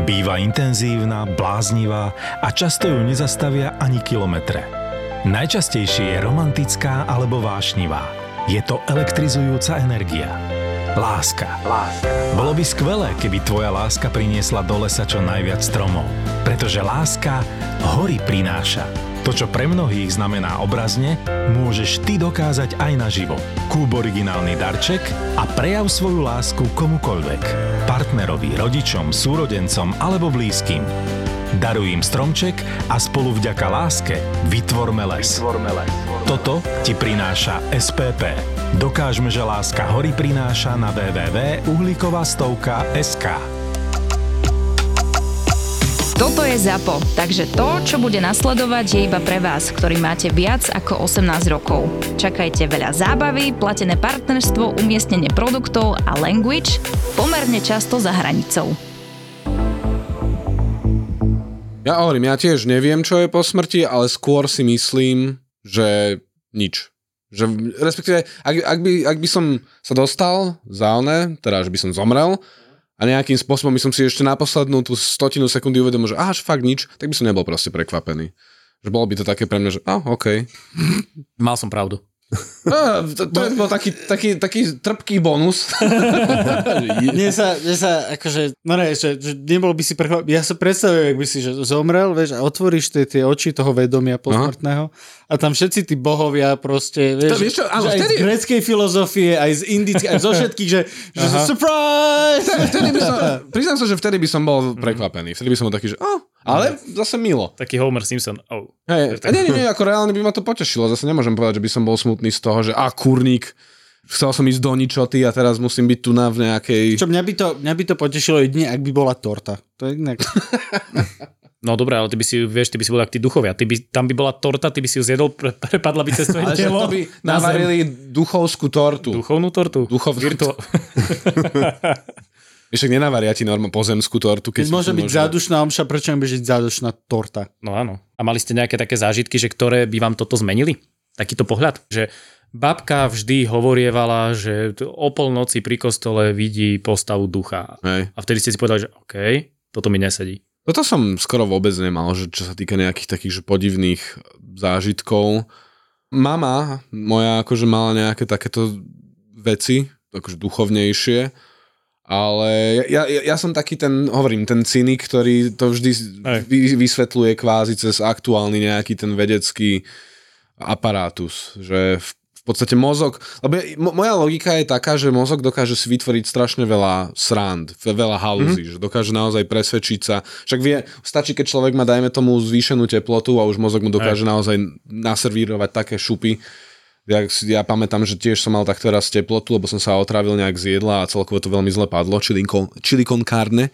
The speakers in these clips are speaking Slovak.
Býva intenzívna, bláznivá a často ju nezastavia ani kilometre. Najčastejšie je romantická alebo vášnivá. Je to elektrizujúca energia. Láska. Bolo by skvelé, keby tvoja láska priniesla do lesa čo najviac stromov. Pretože láska hory prináša. To, čo pre mnohých znamená obrazne, môžeš ty dokázať aj naživo. Kúp originálny darček a prejav svoju lásku komukoľvek. Partnerovi, rodičom, súrodencom alebo blízkym. Daruj im stromček a spolu vďaka láske vytvorme les. Toto ti prináša SPP. Dokážme, že láska hory prináša na www.uhlíkovastovka.sk. Toto je ZAPO, takže to, čo bude nasledovať, je iba pre vás, ktorí máte viac ako 18 rokov. Čakajte veľa zábavy, platené partnerstvo, umiestnenie produktov a language pomerne často za hranicou. Ja hovorím, ja tiež neviem, čo je po smrti, ale skôr si myslím, že nič. Že, respektíve, ak by som sa dostal za oné, teda, že by som zomrel, a nejakým spôsobom by som si ešte na poslednú tú 100 sekundy uvedomil, že až fakt nič, tak by som nebol proste prekvapený. Že bolo by to také pre mňa, že OK. Mal som pravdu. To bol taký trpký bonus. Mne sa akože, no ne, že nebol by si prekvapený. Ja sa predstavujem, ak by si že zomrel, vieš, a otvoríš tie oči toho vedomia posmrtného a tam všetci tí bohovia proste, vieš, áno, že aj z gréckej filozofie, aj z indickej, aj zo všetkých, že surprise! Priznám sa, že vtedy by som bol prekvapený. Vtedy by som bol taký, že ale zase milo. Taký Homer Simpson. Hej, nie, ako reálne by ma to potešilo. Zase nemôžem povedať, že by som bol smutný z toho, že kurník, chcel som ísť do ničoty a teraz musím byť tu na v nejakej... Čo, mňa by to potešilo jedine, ak by bola torta. To je inak... No dobré, ale ty by si bol jak tí duchovia. Tam by bola torta, ty by si ju zjedol, prepadla by cez tvoje telo. Ale to by navarili duchovskú tortu. Duchovnú tortu? Však nenavaria ti pozemskú tortu. Keď môže byť zádušná omša, prečo by byť zádušná torta? No áno. A mali ste nejaké také zážitky, že ktoré by vám toto zmenili? Takýto pohľad? Že babka vždy hovorievala, že o polnoci pri kostole vidí postavu ducha. Hej. A vtedy ste si povedali, že OK, toto mi nesedí. Toto som skoro vôbec nemal, že čo sa týka nejakých takých že podivných zážitkov. Mama moja akože mala nejaké takéto veci, akože duchovnejšie. Ale ja som taký ten cynik, ktorý to vždy vysvetľuje kvázi cez aktuálny nejaký ten vedecký aparátus, že v podstate mozog, lebo moja logika je taká, že mozog dokáže si vytvoriť strašne veľa srand, veľa halúzí, že dokáže naozaj presvedčiť sa, však stačí, keď človek má, dajme tomu, zvýšenú teplotu a už mozog mu dokáže naozaj naservírovať také šupy. Ja pamätám, že tiež som mal takto raz teplotu, lebo som sa otrávil nejak z jedla a celkovo to veľmi zle padlo, chili con carne.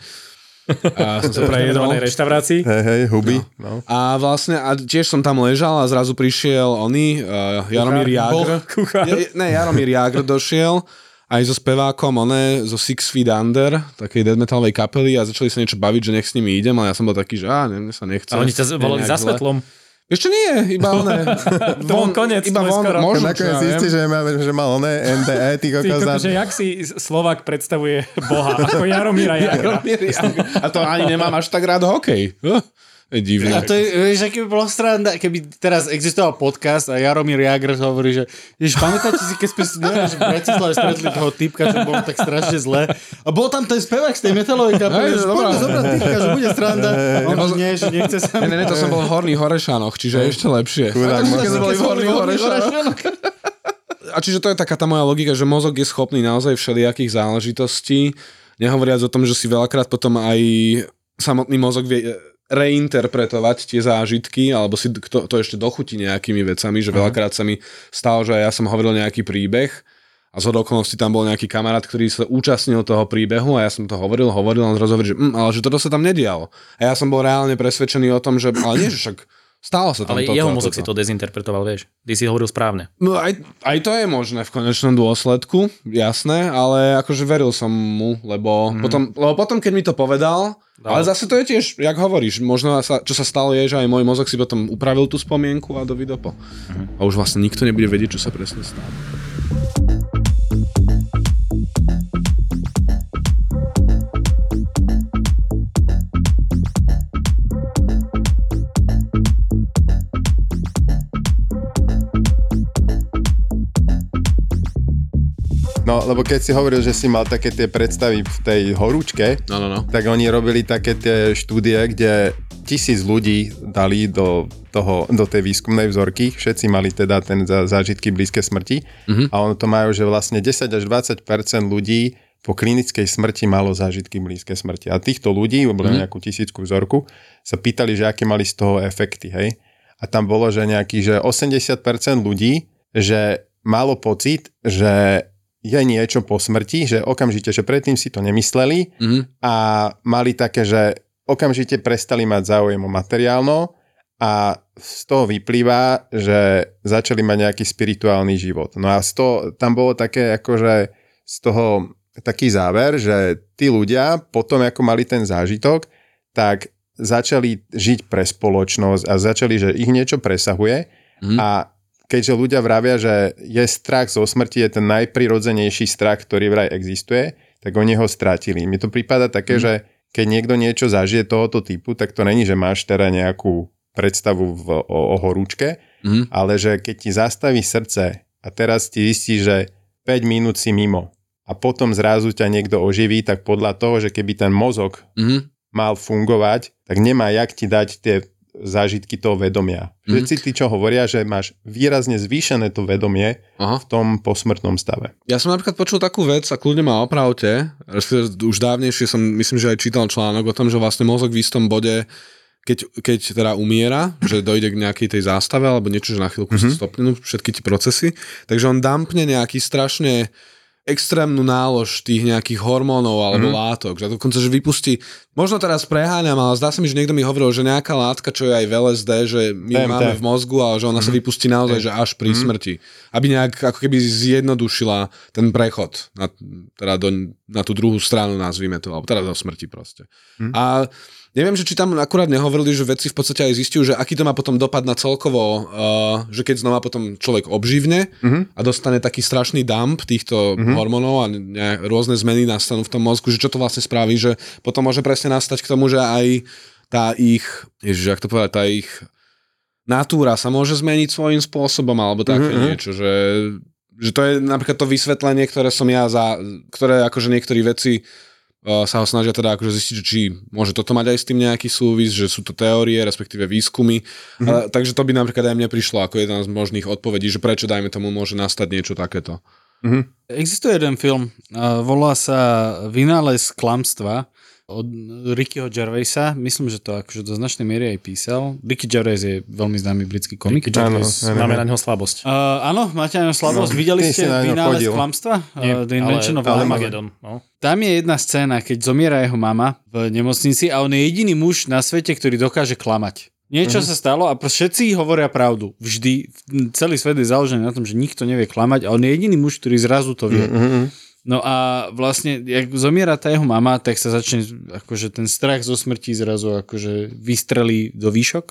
A som sa prejedol. V reštaurácii. Hej, huby. No. A vlastne, a tiež som tam ležal a zrazu prišiel Jaromír Jágr. Jaromír Jágr došiel aj so spevákom, zo Six Feet Under, takej death metalovej kapely a začali sa niečo baviť, že nech s nimi idem, ale ja som bol taký, že mne sa nechce. Ale oni ťa volali za svetlom. Ešte nie, iba to bol koniec. Iba skoro. Možno, nakoniec zistí, že mal NDE, ty kokos. Že jak si Slovák predstavuje Boha, ako Jaromíra Jágra. A to ani nemám až tak rád hokej. Je divné. A to je, vieš, aký by bola sranda, keby teraz existoval podcast a Jaromír Jágr hovorí, že pamätáte si, keď sme v Bratislave stretli toho typka, čo bolo tak strašne zle. A bol tam ten spevák z tej metalovej kapely, že poďme zobrať typka, že bude sranda. On nie, že nechce sa... Ne, to som bol v Horných Horešanoch, čiže ešte lepšie. Keď sme boli v Horných Horešanoch. A čiže to je taká tá moja logika, že mozog je schopný naozaj všelijakých záležitostí, nehovoriac o tom, že si veľakrát potom aj samotný mozog vie reinterpretovať tie zážitky, alebo si to ešte dochutí nejakými vecami, že veľakrát sa mi stalo, že ja som hovoril nejaký príbeh a zhodou okolností tam bol nejaký kamarát, ktorý sa účastnil toho príbehu a ja som to hovoril a on zrazu hovorí, že ale že toto sa tam nedialo. A ja som bol reálne presvedčený o tom, že ale nie, že však stalo sa tam ale toto. Ale jeho mozog si to dezinterpretoval, vieš. Ty si hovoril správne. No aj to je možné v konečnom dôsledku, jasné, ale akože veril som mu, lebo potom, keď mi to povedal, ale zase to je tiež, jak hovoríš, možno čo sa stalo je, že aj môj mozog si potom upravil tú spomienku a dovidopo. A už vlastne nikto nebude vedieť, čo sa presne stalo. No, lebo keď si hovoril, že si mal také tie predstavy v tej horúčke, No. tak oni robili také tie štúdie, kde 1000 ľudí dali do tej výskumnej vzorky, všetci mali teda ten zážitky blízke smrti a ono to majú, že vlastne 10 až 20% ľudí po klinickej smrti malo zážitky blízke smrti. A týchto ľudí, bolo nejakú 1000 vzorku, sa pýtali, že aké mali z toho efekty, hej. A tam bolo, že že 80% ľudí, že malo pocit, že je niečo po smrti, že okamžite, že predtým si to nemysleli a mali také, že okamžite prestali mať záujem o materiálno a z toho vyplýva, že začali mať nejaký spirituálny život. No a tam bolo také akože z toho taký záver, že tí ľudia potom, ako mali ten zážitok, tak začali žiť pre spoločnosť a začali, že ich niečo presahuje a keďže ľudia vravia, že je strach zo smrti, je ten najprirodzenejší strach, ktorý vraj existuje, tak oni ho strátili. Mi to prípada také, že keď niekto niečo zažije tohoto typu, tak to není, že máš teda nejakú predstavu o horúčke, ale že keď ti zastaví srdce a teraz ti zistí, že 5 minút si mimo a potom zrazu ťa niekto oživí, tak podľa toho, že keby ten mozog mal fungovať, tak nemá jak ti dať tie zážitky toho vedomia. Všetci tí, čo hovoria, že máš výrazne zvýšené to vedomie v tom posmrtnom stave. Ja som napríklad počul takú vec a kľudne ma opravte, už dávnejšie som, myslím, že aj čítal článok o tom, že vlastne mozog v istom bode, keď teda umiera, že dojde k nejakej tej zástave alebo niečo, že na chvíľku sa stopnú všetky tie procesy, takže on dampne nejaký strašne extrémnu nálož tých nejakých hormónov alebo látok, že dokonca, že vypustí, možno teraz preháňam, ale zdá sa mi, že niekto mi hovoril, že nejaká látka, čo je aj v LSD, že my máme v mozgu, ale že ona sa vypustí naozaj, že až pri smrti. Aby nejak ako keby zjednodušila ten prechod na tú druhú stranu, nazvime to, alebo teda do smrti proste. A neviem, že či tam akurát nehovorili, že vedci v podstate aj zistujú, že aký to má potom dopad na celkovo, že keď znova potom človek obživne a dostane taký strašný dump týchto hormónov a rôzne zmeny nastanú v tom mozgu, že čo to vlastne spraví, že potom môže presne nastať k tomu, že aj tá ich natúra sa môže zmeniť svojím spôsobom alebo také niečo, že to je napríklad to vysvetlenie, ktoré som ktoré akože niektorí vedci sa ho snažia teda akože zistiť, či môže toto mať aj s tým nejaký súvis, že sú to teórie, respektíve výskumy. Takže to by napríklad aj mne prišlo ako jedna z možných odpovedí, že prečo, dajme tomu, môže nastať niečo takéto. Existuje jeden film, volá sa Vynález klamstva od Rickyho Gervaisa. Myslím, že to akože do značnej miery aj písal. Ricky Gervais je veľmi známy britský komik. Máme na neho slabosť. Áno, máte na neho slabosť. Videli ste Vynález klamstva? The Invention of Armageddon. No. Tam je jedna scéna, keď zomiera jeho mama v nemocnici a on je jediný muž na svete, ktorý dokáže klamať. Niečo sa stalo a všetci hovoria pravdu. Vždy. Celý svet je založený na tom, že nikto nevie klamať a on je jediný muž, ktorý zrazu to vie. No a vlastne, jak zomiera tá jeho mama, tak sa začne akože ten strach zo smrti zrazu akože vystrelí do výšok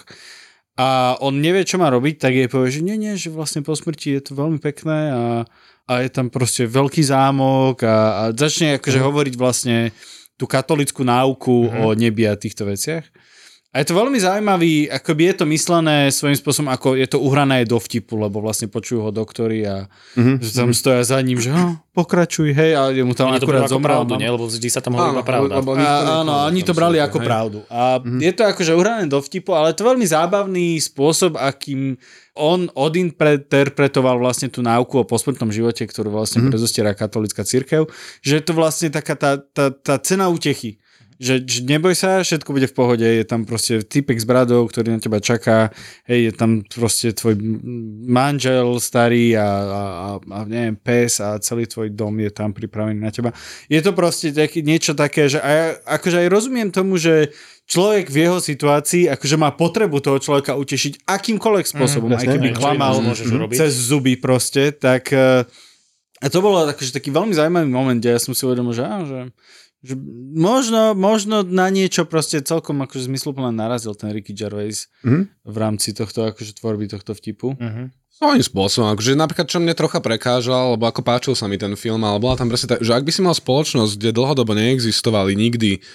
a on nevie, čo má robiť, tak jej povie, že nie, že vlastne po smrti je to veľmi pekné a je tam proste veľký zámok a začne akože hovoriť vlastne tú katolickú náuku o nebi a týchto veciach. A je to veľmi zaujímavý, akoby je to myslené svojím spôsobom, ako je to uhrané do vtipu, lebo vlastne počujú ho doktori a že tam stoja za ním, že pokračuj, hej, a mu tam akurát zomrel. Pravdu, nie? Lebo vždy sa tam hovorí iba pravda. Áno, oni to brali ako pravdu. A je to akože uhrané do vtipu, ale je to veľmi zábavný spôsob, akým on odinterpretoval vlastne tú náuku o posmrtnom živote, ktorú vlastne prezostiera katolícka cirkev, že je to vlastne taká tá cena útechy. Že neboj sa, všetko bude v pohode, je tam proste typek s bradou, ktorý na teba čaká, hej, je tam proste tvoj manžel starý a neviem, pes a celý tvoj dom je tam pripravený na teba. Je to proste niečo také, že akože aj rozumiem tomu, že človek v jeho situácii akože má potrebu toho človeka utešiť akýmkoľvek spôsobom, aj keby klamal cez zuby proste, tak a to bolo akože taký veľmi zaujímavý moment, kde ja som si uvedomil, že možno na niečo proste celkom akože zmysluplne narazil ten Ricky Gervais v rámci tohto akože tvorby tohto vtipu. Svojím spôsobom, akože napríklad čo mne trocha prekážal, lebo ako páčil sa mi ten film, ale bola tam presne tak, že ak by si mal spoločnosť, kde dlhodobo neexistovali nikdy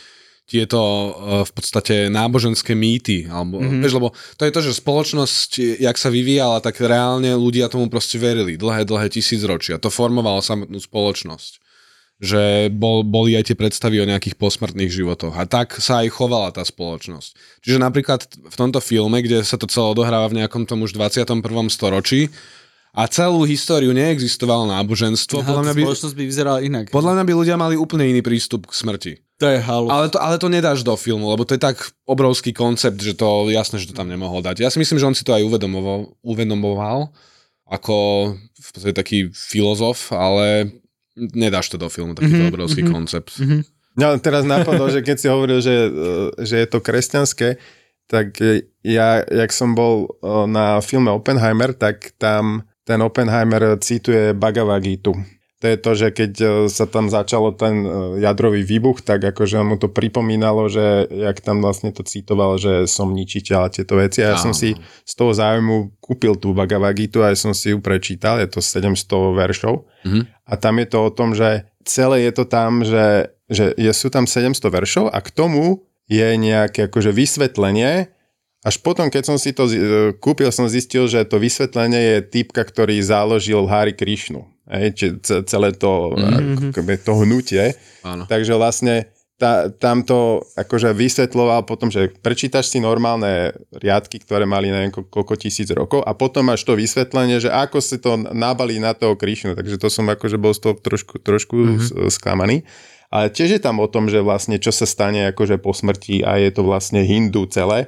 tieto v podstate náboženské mýty, alebo, vieš, lebo to je to, že spoločnosť, jak sa vyvíjala, tak reálne ľudia tomu proste verili dlhé tisícročia. To formovalo samotnú spoločnosť. Že boli aj tie predstavy o nejakých posmrtných životoch. A tak sa aj chovala tá spoločnosť. Čiže napríklad v tomto filme, kde sa to celé odohráva v nejakom tom už 21. storočí, a celú históriu neexistovalo náboženstvo. Spoločnosť by vyzerala inak. Podľa mňa by ľudia mali úplne iný prístup k smrti. To je halus. Ale to nedáš do filmu, lebo to je tak obrovský koncept, že to jasné, že to tam nemohol dať. Ja si myslím, že on si to aj uvedomoval ako v podstate taký filozof, ale nedáš to do filmu, takýto obrovský koncept. No, teraz napadlo, že keď si hovoril, že je to kresťanské, tak ja, jak som bol na filme Oppenheimer, tak tam ten Oppenheimer cituje Bhagavad Gitu. To je to, že keď sa tam začalo ten jadrový výbuch, tak akože mu to pripomínalo, že jak tam vlastne to citoval, že som ničiteľ a tieto veci. A ja som si z toho záujmu kúpil tú Bhagavad Gitu a ja som si ju prečítal, je to 700 veršov. A tam je to o tom, že celé je to tam, že sú tam 700 veršov a k tomu je nejaké akože vysvetlenie. Až potom, keď som si to kúpil, som zistil, že to vysvetlenie je typka, ktorý založil Hari Krishnu. Celé to, to hnutie. Áno. Takže vlastne tam to akože vysvetloval potom, že prečítaš si normálne riadky, ktoré mali neviem koľko tisíc rokov a potom máš to vysvetlenie, že ako si to nabalí na toho Krishnu. Takže to som akože bol z toho trošku sklamaný. Ale tiež je tam o tom, že vlastne čo sa stane akože po smrti a je to vlastne Hindu celé,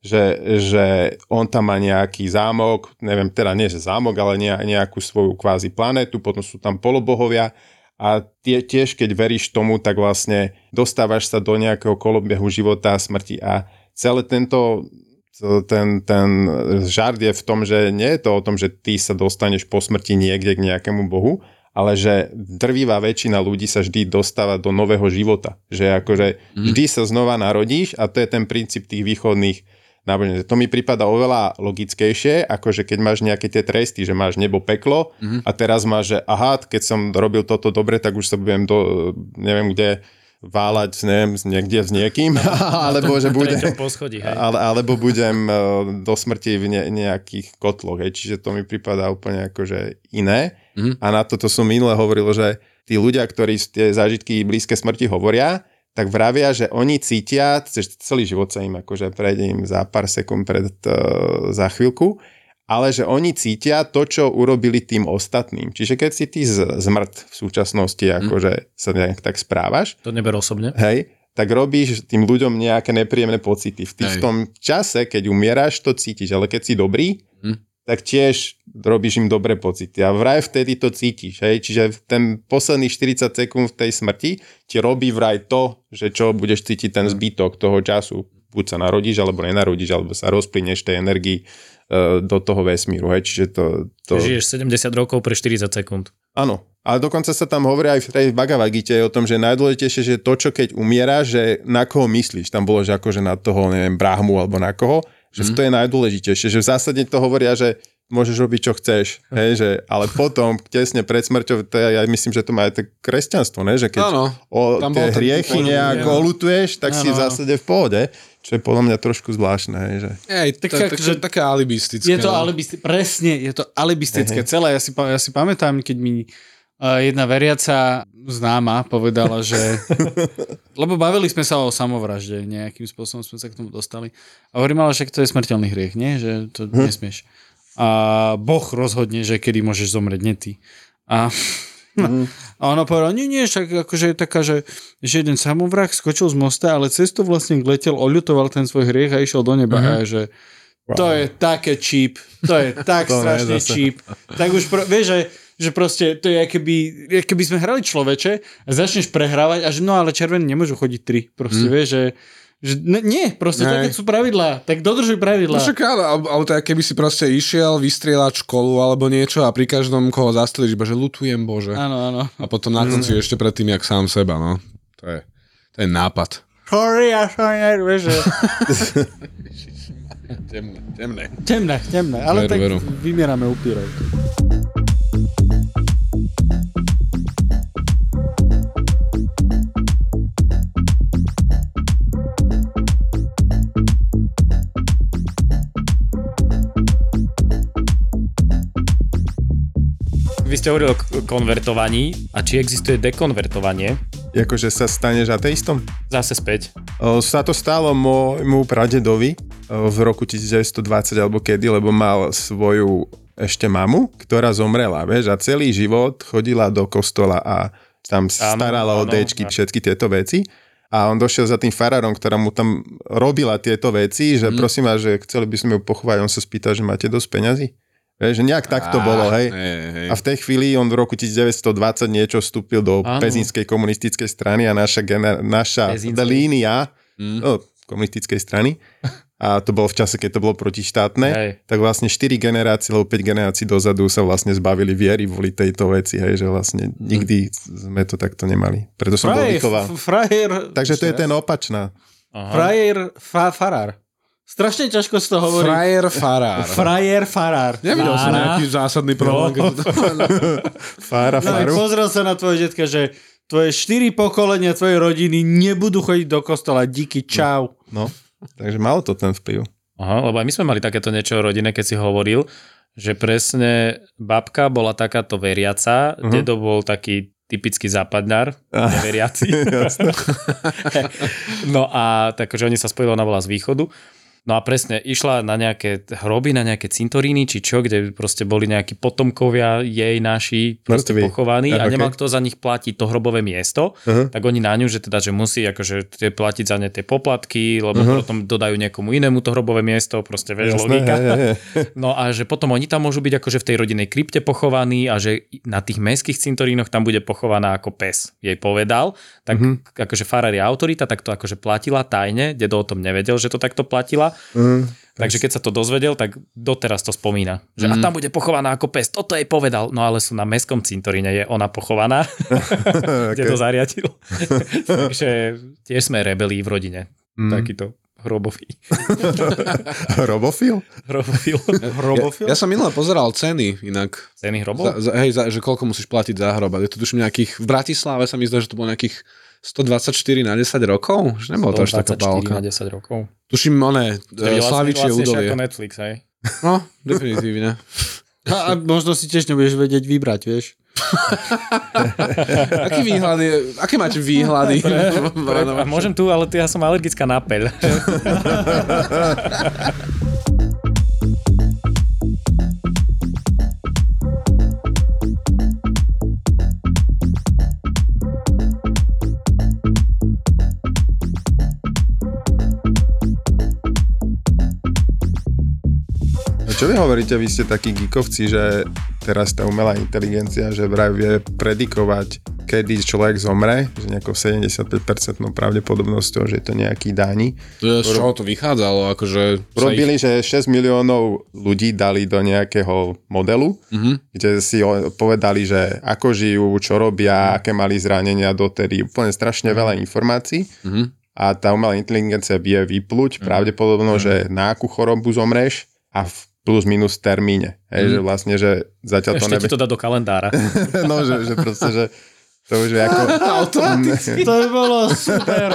že on tam má nejaký zámok, neviem, teda nie že zámok, ale nejakú svoju kvázi planetu, potom sú tam polobohovia a tiež keď veríš tomu, tak vlastne dostávaš sa do nejakého kolobehu života a smrti a celé ten žart je v tom, že nie je to o tom, že ty sa dostaneš po smrti niekde k nejakému bohu, ale že drvivá väčšina ľudí sa vždy dostáva do nového života. Že akože vždy sa znova narodíš a to je ten princíp tých východných náboženstiev. To mi prípada oveľa logickejšie, ako že keď máš nejaké tie tresty, že máš nebo, peklo a teraz máš, že aha, keď som robil toto dobre, tak už sa budem neviem kde váľať, neviem, niekde s niekým, alebo že budem alebo budem do smrti v nejakých kotloch, hej. Čiže to mi prípada úplne akože iné. A na toto som minule hovoril, že tí ľudia, ktorí tie zážitky blízke smrti hovoria, tak vravia, že oni cítia, celý život sa im akože prejde im za pár sekúnd za chvíľku, ale že oni cítia to, čo urobili tým ostatným. Čiže keď si ty zmrt v súčasnosti akože sa nejak tak správaš, to neber osobne, hej, tak robíš tým ľuďom nejaké nepríjemné pocity. V tom čase, keď umieraš, to cítiš, ale keď si dobrý, tak tiež robíš im dobré pocity. A vraj vtedy to cítiš. Hej? Čiže ten posledných 40 sekúnd v tej smrti ti robí vraj to, že čo budeš cítiť ten zbytok toho času. Buď sa narodíš, alebo nenarodíš, alebo sa rozplyneš tej energii do toho vesmíru. Hej? Čiže to... Žiješ 70 rokov pre 40 sekúnd. Áno. Ale dokonca sa tam hovorí aj v Bhagavad Gite o tom, že najdôležitejšie, že to, čo keď umieráš, že na koho myslíš. Tam bolo, že akože na toho, neviem, Brahmu alebo na koho. Že to je najdôležitejšie, že v zásade to hovoria, že môžeš robiť, čo chceš, hej, že, ale potom, tesne pred smrťou, to ja myslím, že to má aj to kresťanstvo, ne? Že keď tie hriechy nejak olutuješ, tak si v zásade v pohode, čo je podľa mňa trošku zvláštne, hej, že... Také alibistické. Je to alibistické, presne, je to alibistické celé, ja si pamätám, keď mi jedna veriaca známa povedala, že... Lebo bavili sme sa o samovražde, nejakým spôsobom sme sa k tomu dostali. A hovorím, ale však to je smrteľný hriech, nie? Že to nesmieš. A Boh rozhodne, že kedy môžeš zomrieť, nie ty. A ona povedala, nie, však akože je taká, že jeden samovrah skočil z mosta, ale cestu vlastne letel, oľutoval ten svoj hriech a išiel do neba. A že to je také cheap, to je tak strašne cheap. Tak už, vieš, že proste to je, keby sme hrali človeče a začneš prehrávať a že no ale červení nemôžu chodiť 3. Proste vieš, že nie, proste také sú pravidlá, tak dodržuj pravidlá. No však ale to je, keby si proste išiel vystrieľať školu alebo niečo a pri každom koho zastrelíš, iba že ľutujem Bože. Áno. A potom na konci ešte predtým, jak sám seba, no. To je nápad. Sorry, ja som vieš, že... Temné, ale tak vymierame upírov. vy ste hovorili o konvertovaní a či existuje dekonvertovanie? Akože sa staneš ateistom? Zase späť. Sa to stalo môjmu pradedovi v roku 1920 alebo kedy, lebo mal svoju ešte mamu, ktorá zomrela, vieš, a celý život chodila do kostola a tam starala o déčky, všetky tieto veci. A on došiel za tým farárom, ktorá mu tam robila tieto veci, že prosím vás, že chceli by sme ju pochovať, on sa spýtal, že máte dosť peňazí. Vieš, že nejak tak to bolo, hej. A v tej chvíli on v roku 1920 niečo vstúpil do pezinskej komunistickej strany a naša línia komunistickej strany, a to bolo v čase, keď to bolo protištátne, tak vlastne 4 generácie, alebo 5 generácií dozadu sa vlastne zbavili viery kvôli tejto veci, hej, že vlastne nikdy sme to takto nemali. Preto som bol vychoval. Takže to je ten opačná. Farár. Strašne ťažko z toho hovorí. Frajer farár. Nevidel som nejaký zásadný problém. Faru. Pozrel sa na tvoje detka, že tvoje 4 pokolenia tvojej rodiny nebudú chodiť do kostola. Díky, čau. No, takže malo to ten vplyv. Aha, lebo aj my sme mali takéto niečo o rodine, keď si hovoril, že presne babka bola takáto veriaca, dedo bol taký typický západnár, neveriaci. No a takže oni sa spojili, ona bola z východu. No a presne, išla na nejaké hroby, na nejaké cintoríny, či čo, kde proste boli nejakí potomkovia jej naši proste pochovaní a nemal kto za nich platiť to hrobové miesto, tak oni na ňu, že teda, že musí akože platiť za ne tie poplatky, lebo potom dodajú niekomu inému to hrobové miesto, proste vieš, logika. No a že potom oni tam môžu byť akože v tej rodinnej krypte pochovaní a že na tých mestských cintorínoch tam bude pochovaná ako pes. Jej povedal, tak akože farár je autorita, tak to akože platila tajne, dedo o tom nevedel, že to takto platila. Takže keď sa to dozvedel, tak doteraz to spomína. Že a tam bude pochovaná ako pes. Toto jej povedal. No ale sú na mestskom cintoríne, je ona pochovaná. Kde to zariadil. Takže tiež sme rebeli v rodine. Takýto hrobofil. Hrobofil? Ja som minule pozeral ceny inak. Ceny hrobov? Že koľko musíš platiť za hrob. Je to tuším nejakých, v Bratislave sa mi zdá, že to bolo nejakých 124 na 10 rokov? Že nebolo to až taká pálka. 124 na 10 rokov. Tuším, Slavičie údolie. Ako Netflix, hej? No, definitívne. A možno si tiež nebudeš vedieť vybrať, vieš? Aké máte výhľady? Môžem tu, ale ja som alergická na peľ. Čo vy hovoríte, vy ste takí geekovci, že teraz tá umelá inteligencia, že vraj vie predikovať, kedy človek zomre, že nejakou 75% pravdepodobnosťou, že je to nejaký dáni. Z čoho to vychádzalo? Akože robili, že 6 miliónov ľudí dali do nejakého modelu, kde si povedali, že ako žijú, čo robia, aké mali zranenia dotedy, úplne strašne veľa informácií. A tá umelá inteligencia vie vyplúť pravdepodobno, že na akú chorobu zomreš a v plus minus termíne. Hej, že vlastne, že zatiaľ to ešte ti to dá do kalendára. No, že proste, že to už je ako... Automaticky. To by bolo super.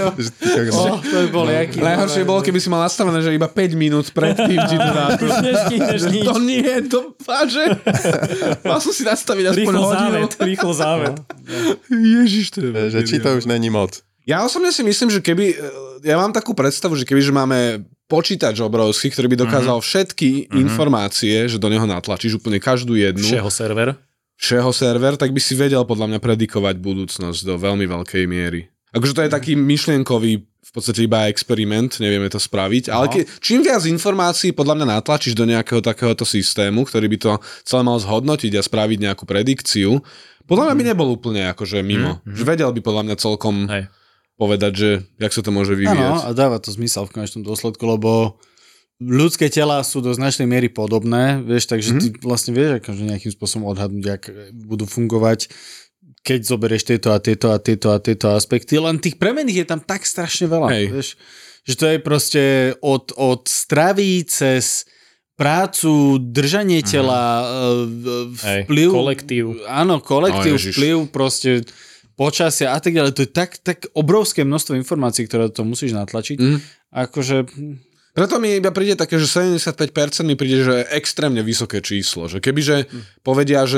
To by bolo jaký... Najhoršie bolo, keby si mal nastavené, že iba 5 minút pred tým ti to dá. To nie, to váže. Mal som si nastaviť aspoň hodinu. Rýchlo závet. Ježiš, to je... Že či to už není moc. Ja osobne si myslím, že keby... Ja mám takú predstavu, že kebyže máme počítač obrovský, ktorý by dokázal všetky informácie, že do neho natlačíš úplne každú jednu. Všeho server, tak by si vedel podľa mňa predikovať budúcnosť do veľmi veľkej miery. Akože to je taký myšlienkový v podstate iba experiment, nevieme to spraviť, ale čím viac informácií podľa mňa natlačíš do nejakého takéhoto systému, ktorý by to celé mal zhodnotiť a spraviť nejakú predikciu, podľa mňa by nebol úplne akože mimo. Že vedel by podľa mňa celkom... povedať, že jak sa to môže vyvíjať. Áno, a dáva to zmysel v konečnom dôsledku, lebo ľudské tela sú do značnej miery podobné, vieš, takže ty vlastne vieš, akože nejakým spôsobom odhadnúť, jak budú fungovať, keď zoberieš tieto a tieto aspekty, len tých premenných je tam tak strašne veľa, vieš, že to je proste od stravy cez prácu, držanie tela, vplyv... kolektív. Áno, kolektív, vplyv, proste... počasia a tak ďalej. To je tak obrovské množstvo informácií, ktoré to musíš natlačiť. Akože... Preto mi iba príde také, že 75% mi príde, že je extrémne vysoké číslo. Že kebyže povedia, že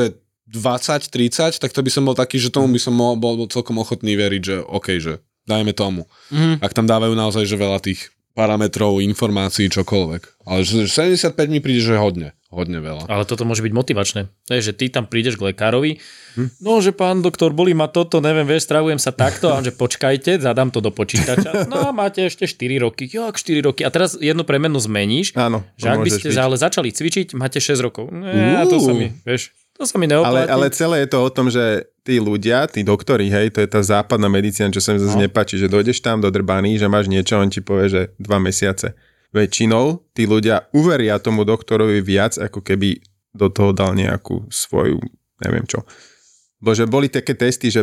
20-30, tak to by som bol taký, že tomu by som bol celkom ochotný veriť, že OK, že dajme tomu. Ak tam dávajú naozaj, že veľa tých parametrov, informácií, čokoľvek. Ale 75 mi príde, že hodne veľa. Ale toto môže byť motivačné. Že ty tam prídeš k lekárovi, no, že pán doktor, bolí ma toto, neviem, vieš, stravujem sa takto, a že počkajte, zadám to do počítača. No, máte ešte 4 roky. Jak 4 roky? A teraz jednu premenu zmeníš, Áno, že ak by ste ale začali cvičiť, máte 6 rokov. A to sa mi, vieš, to sa mi neoplatí. Ale celé je to o tom, že tí ľudia, tí doktori, hej, to je tá západná medicína, čo sa mi zase nepáči, že dojdeš tam dodrbaný, že máš niečo, on ti povie, že 2 mesiace. Väčšinou tí ľudia uveria tomu doktorovi viac, ako keby do toho dal nejakú svoju, neviem čo. Bože, boli také testy, že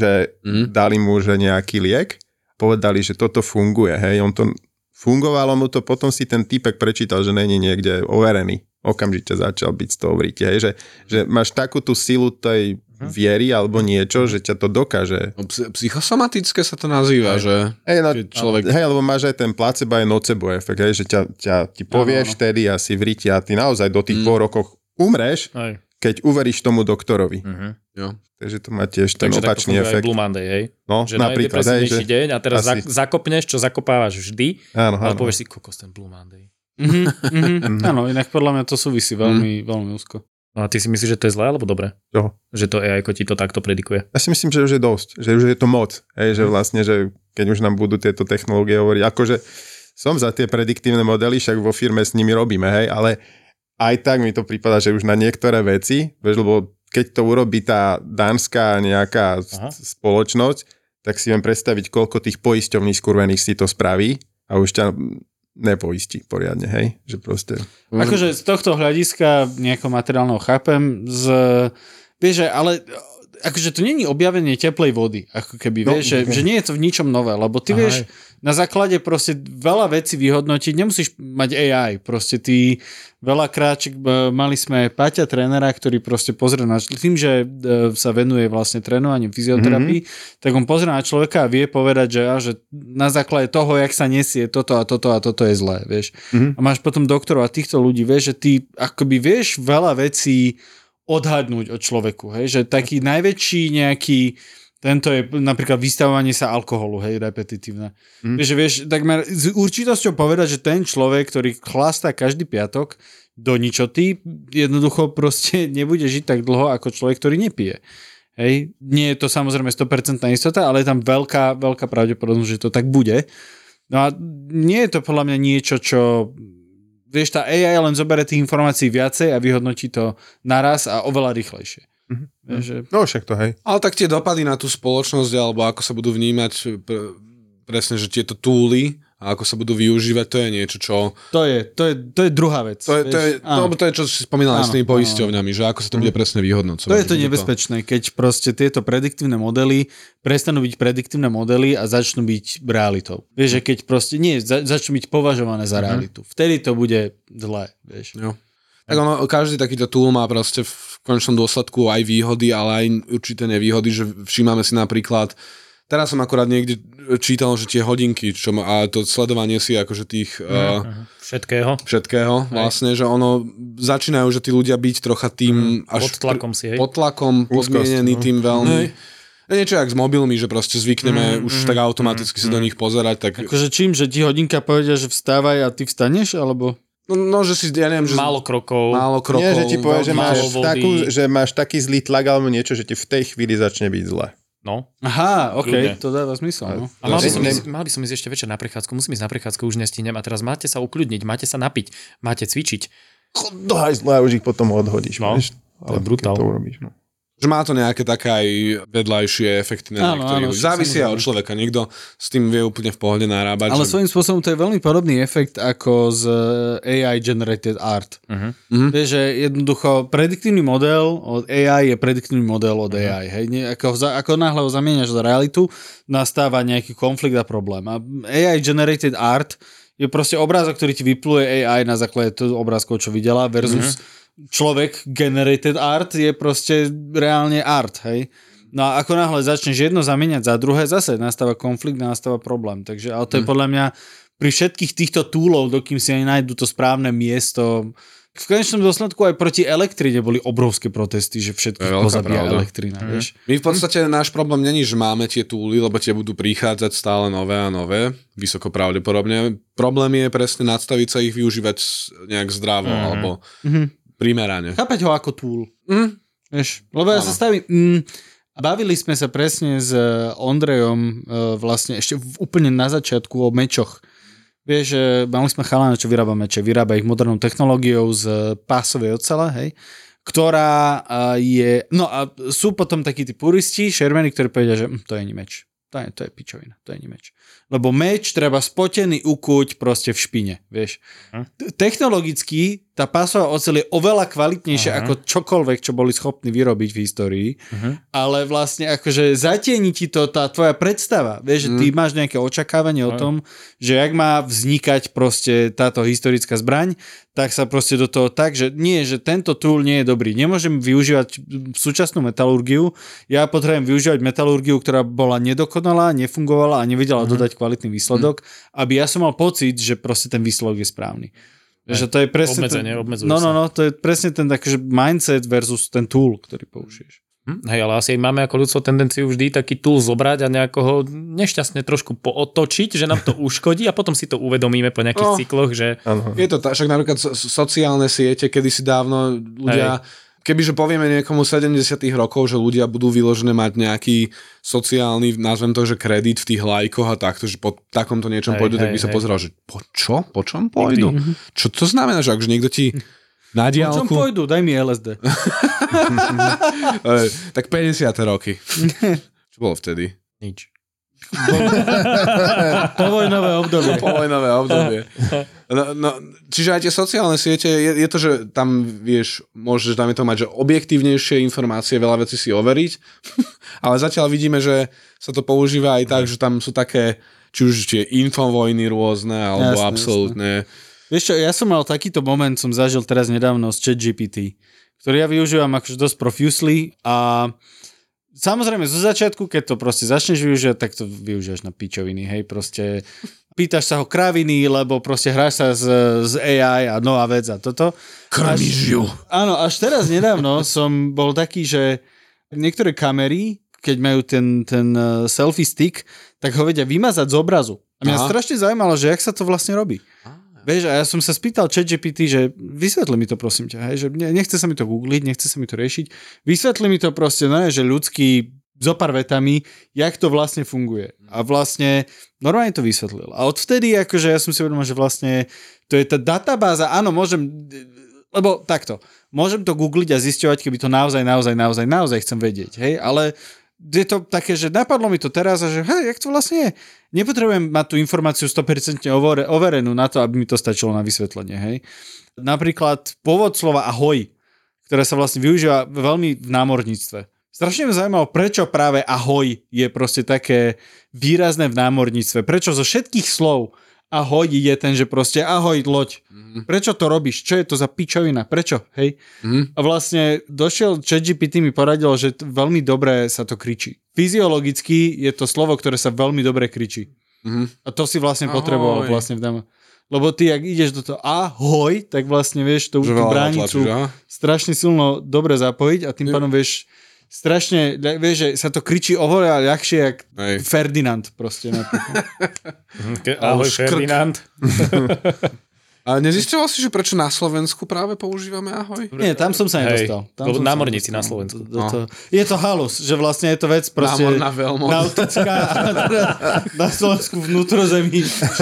dali mu že nejaký liek, povedali, že toto funguje, hej, on to fungovalo mu to, potom si ten týpek prečítal, že není niekde overený. Okamžite začal byť z toho vríti, hej, že máš takú tú silu tej viery alebo niečo, že ťa to dokáže. Psychosomatické sa to nazýva, že človek... Hej, lebo máš aj ten placebo aj nocebo efekt, hej, že ti povieš vtedy a si vríti a ty naozaj do tých pol rokoch umreš, keď uveríš tomu doktorovi. Jo. Takže to má tiež ten opačný efekt. Takže Blue Monday, hej? No, že napríklad, najdepresívnejší deň a teraz zakopneš, čo zakopávaš vždy, ale povieš si, kokos, ten Blue Monday. Áno, inak podľa mňa to súvisí veľmi, veľmi úzko. No a ty si myslíš, že to je zlé alebo dobré? Čo? Že to AI ti to takto predikuje? Ja si myslím, že už je dosť. Že už je to moc. Hej, že vlastne, že keď už nám budú tieto technológie hovoriť, akože som za tie prediktívne modely, však vo firme s nimi robíme, hej, ale aj tak mi to prípada, že už na niektoré veci, vieš, lebo keď to urobí tá dánska nejaká spoločnosť, tak si viem predstaviť, koľko tých poisťovní skurvených si to spraví a už ťa nepoistí poriadne, hej? Že proste... Akože z tohto hľadiska nejakého materiálneho chápem, vieš, ale akože to není objavenie teplej vody, ako keby, vieš, že nie je to v ničom nové, lebo ty vieš na základe proste veľa vecí vyhodnotiť, nemusíš mať AI, proste ty veľakrát, mali sme Paťa trénera, ktorý proste pozrie na tým, že sa venuje vlastne trénovaniu fyzioterapii, tak on pozrie na človeka a vie povedať, že na základe toho, jak sa nesie toto a toto a toto je zlé, vieš. A máš potom doktorov a týchto ľudí, vieš, že ty akoby vieš veľa vecí odhadnúť od človeku, hej, že taký najväčší nejaký, tento je napríklad vystavovanie sa alkoholu, hej, repetitívne. Vieš, takmer s určitosťou povedať, že ten človek, ktorý chlastá každý piatok do ničoty, jednoducho proste nebude žiť tak dlho ako človek, ktorý nepije. Hej, nie je to samozrejme 100% istota, ale je tam veľká pravdepodobnosť, že to tak bude. No a nie je to podľa mňa niečo, čo... Vieš, tá AI len zoberie tých informácií viacej a vyhodnotí to naraz a oveľa rýchlejšie. No však to, hej. Ale tak tie dopady na tú spoločnosť, alebo ako sa budú vnímať presne, že tieto túly a ako sa budú využívať, to je niečo, čo... To je druhá vec. To je, čo si spomínal s tými poisťovňami, že ako sa to bude presne vyhodnocovať. To je to nebezpečné, keď proste tieto prediktívne modely prestanú byť prediktívne modely a začnú byť realitou. Vieš, že keď proste začnú byť považované za realitu. Vtedy to bude zlé, vieš. Jo. Tak ono, každý takýto tool má proste v konečnom dôsledku aj výhody, ale aj určité nevýhody, že všímame si napríklad. Teraz som akorát niekde čítal, že tie hodinky, a to sledovanie si akože tých... Všetkého, vlastne, že ono začínajú, že tí ľudia byť trocha tým... až pod tlakom si, hej? Pod tlakom, podmienený tým veľmi... Niečo jak s mobilmi, že proste zvykneme už tak automaticky sa do nich pozerať. Tak... Akože čím, že ti hodinka povedia, že vstávaj a ty vstaneš, alebo... No, že si, ja neviem, že... Málo krokov. Nie, že ti povie, že máš taký zlý tlak alebo niečo, že ti v tej chvíli začne byť zle. No. Aha, okej, to dáva zmysel. No. A mal by som ísť ešte večer na prechádzku, musím ísť na prechádzku, už nestínem a teraz máte sa ukľudniť, máte sa napiť, máte cvičiť. Do hajzlu a už ich potom odhodíš. No, vieš? Ale brutál. To urobíš, no. Že má to nejaké také aj vedľajšie efekty na niektorých. Závisia od človeka. Niekto s tým vie úplne v pohode narábať. Ale svojím spôsobom to je veľmi podobný efekt ako z AI generated art. Vieš, že jednoducho prediktívny model od AI je prediktívny model od AI. Hej? Ako náhle ho zamieňaš za realitu, nastáva nejaký konflikt a problém. A AI generated art je proste obrázok, ktorý ti vypluje AI na základe toho obrázkov, čo videla versus človek generated art je proste reálne art, hej. No a ako náhle začneš jedno zamieňať za druhé, zase nastáva konflikt, nastáva problém. Takže, ale to je podľa mňa pri všetkých týchto túlov, dokým si aj nájdu to správne miesto, V konečnom dôsledku aj proti elektrine boli obrovské protesty, že všetkých pozabíja elektrina, vieš. My v podstate náš problém není, že máme tie túly, lebo tie budú prichádzať stále nové a nové, vysoko pravdepodobne. Problém je presne nastaviť sa ich využívať nejak zdravo, alebo primerane. Chápať ho ako túl. Vieš, lebo ja sa stavím... Bavili sme sa presne s Ondrejom vlastne ešte úplne na začiatku o mečoch. Vieš, že mali sme chalána, čo vyrába meče. Vyrába ich modernou technológiou z pásovej ocele, hej, ktorá je... No a sú potom takí tí puristi, šermeni, ktorí povedia, že to je ani meč. To je pičovina, to je ani meč. Lebo meč treba spotený ukuť proste v špine, vieš. Technologicky tá pásová oceľ je oveľa kvalitnejšia ako čokoľvek, čo boli schopní vyrobiť v histórii, ale vlastne akože zatieni ti to tá tvoja predstava, vieš, že ty máš nejaké očakávanie o tom, že jak má vznikať proste táto historická zbraň, tak sa proste do toho tak, že nie, že tento tool nie je dobrý. Nemôžem využívať súčasnú metalurgiu, ja potrebujem využívať metalurgiu, ktorá bola nedokonalá, nefungovala a nevedela dodať kvalitný výsledok, aby ja som mal pocit, že proste ten výsledok je správny. Že to je presne obmedzuje no, to je presne ten taký, mindset versus ten tool, ktorý použiješ. Hej, ale asi máme ako ľudstvo tendenciu vždy taký tool zobrať a nejako ho nešťastne trošku pootočiť, že nám to uškodí a potom si to uvedomíme po nejakých cykloch, že... Je to tak, však napríklad sociálne siete, kedysi dávno ľudia... Kebyže povieme niekomu 70 rokov, že ľudia budú vyložené mať nejaký sociálny, nazvem to, že kredit v tých lajkoch a takto, že po takomto niečom pôjdu, tak by sa pozeral, že po čo? Po čom pôjdu? Čo to znamená, že akže niekto ti na diaľku... Po čom pôjdu? Daj mi LSD. Tak 50. roky. Čo bolo vtedy? Nič. Povojnové obdobie. No, čiže aj tie sociálne siete, je to, že tam vieš, môžeš tam je to mať, že objektívnejšie informácie, veľa vecí si overiť, ale zatiaľ vidíme, že sa to používa aj tak, že tam sú také, či už tie infovojny rôzne, alebo absolútne. Vieš čo, ja som mal takýto moment, som zažil teraz nedávno z ChatGPT, ktorý ja využívam akože dosť profusely a samozrejme zo začiatku, keď to proste začneš využívať, tak to využívaš na pičoviny, hej, proste pýtaš sa ho kraviny, lebo proste hráš sa z AI a nová vec a toto. Krmiš ju. Áno, až teraz nedávno som bol taký, že niektoré kamery, keď majú ten selfie stick, tak ho vedia vymazať z obrazu. A mňa strašne zaujímalo, že jak sa to vlastne robí. Vieš, a ja som sa spýtal ChatGPT, že vysvetli mi to prosím ťa, hej, že nechce sa mi to googliť, nechce sa mi to riešiť, vysvetli mi to proste, no že ľudský zopár vetami, jak to vlastne funguje. A vlastne normálne to vysvetlil. A odvtedy, akože ja som si uvedomil, že vlastne to je tá databáza, áno, lebo takto, môžem to googliť a zisťovať, keby to naozaj chcem vedieť, hej, ale je to také, že napadlo mi to teraz a že hej, jak to vlastne je. Nepotrebujem mať tú informáciu 100% overenú na to, aby mi to stačilo na vysvetlenie, hej. Napríklad pôvod slova ahoj, ktoré sa vlastne využíva veľmi v námorníctve. Strašne ma zaujímalo, prečo práve ahoj je proste také výrazné v námorníctve. Prečo zo všetkých slov ahoj je ten, že proste ahoj loď. Prečo to robíš? Čo je to za pičovina? Prečo? Hej? A vlastne došiel ChatGPT mi poradil, že veľmi dobre sa to kričí. Fyziologicky je to slovo, ktoré sa veľmi dobre kričí. A to si vlastne potreboval vlastne v dáme. Lebo ty, ak ideš do toho ahoj, tak vlastne vieš tú bránicu strašne silno dobre zapojiť a tým pádom vieš strašne, vieš, že sa to kričí oveľa ľahšie, jak Ferdinand proste. Ahoj Ferdinand. A nezisťoval si, že prečo na Slovensku práve používame ahoj? Nie, tam som sa nedostal. Námorníci na Slovensku. Je to halus, že vlastne je to vec proste námorná veľmoc. Nautická na Slovensku vnútrozemí.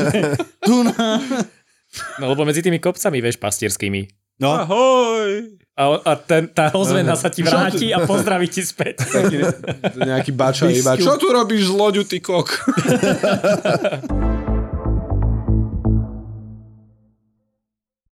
No lebo medzi tými kopcami, vieš, pastierskými. No. Ahoj! A tá ozvena sa ti vráti a pozdraví ti späť. Nejaký bača iba. Čo tu robíš z loďu, ty kok?